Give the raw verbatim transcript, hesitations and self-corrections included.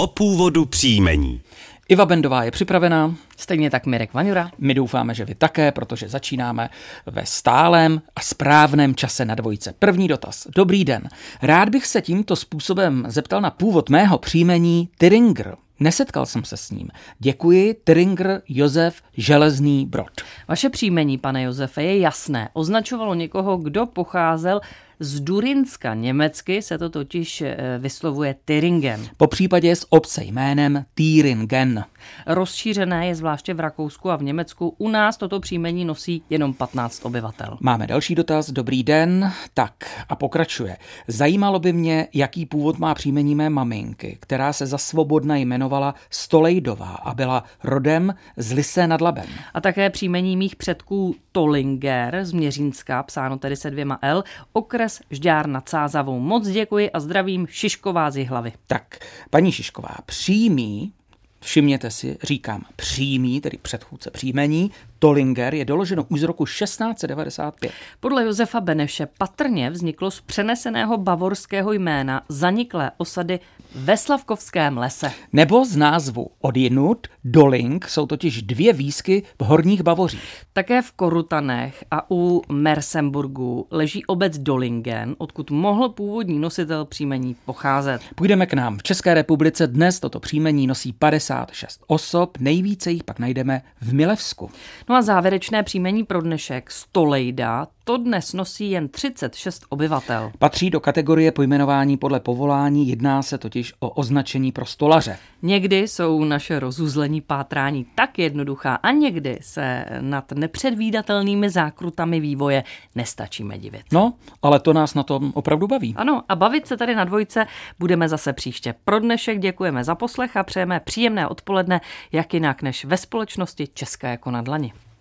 o původu příjmení. Iva Bendová je připravená. Stejně tak Mirek Vaňura. My doufáme, že vy také, protože začínáme ve stálém a správném čase na dvojce. První dotaz. Dobrý den. Rád bych se tímto způsobem zeptal na původ mého příjmení Tyringer. Nesetkal jsem se s ním. Děkuji, Tyringer Josef Železný Brod. Vaše příjmení, pane Josefe, je jasné. Označovalo někoho, kdo pocházel z Durinska. Německy se to totiž vyslovuje Tyringen. Po případě z obce jménem Thüringen. Rozšířené je zvláště v Rakousku a v Německu. U nás toto příjmení nosí jenom patnáct obyvatel. Máme další dotaz. Dobrý den. Tak a pokračuje. Zajímalo by mě, jaký původ má příjmení mé maminky, která se za svobodna jmenovala Stolejdová a byla rodem z Lysé nad Labem. A také příjmení mých předků Tolinger z Měřínska, psáno tedy se dvěma L, okres Žďár nad Sázavou. Moc děkuji a zdravím, Šišková z Jihlavy. Tak, paní Šišková, přímý, všimněte si, říkám přímý, tedy předchůdce příjmení, Tolinger je doloženo už z roku šestnáct set devadesát pět. Podle Josefa Beneše patrně vzniklo z přeneseného bavorského jména zaniklé osady ve Slavkovském lese. Nebo z názvu odjinud, Doling, jsou totiž dvě výsky v Horních Bavořích. Také v Korutanech a u Mersemburgu leží obec Dolingen, odkud mohl původní nositel příjmení pocházet. Půjdeme k nám. V České republice dnes toto příjmení nosí padesát šest osob, nejvíce jich pak najdeme v Milevsku. No a závěrečné příjmení pro dnešek Stolejda, to dnes nosí jen třicet šest obyvatel. Patří do kategorie pojmenování podle povolání, jedná se totiž o označení pro stolaře. Někdy jsou naše rozuzlení pátrání tak jednoduchá a někdy se nad nepředvídatelnými zákrutami vývoje nestačíme divit. No, ale to nás na tom opravdu baví. Ano, a bavit se tady na dvojce budeme zase příště. Pro dnešek děkujeme za poslech a přejeme příjemné odpoledne, jak jinak než ve společnosti České jako na dlani.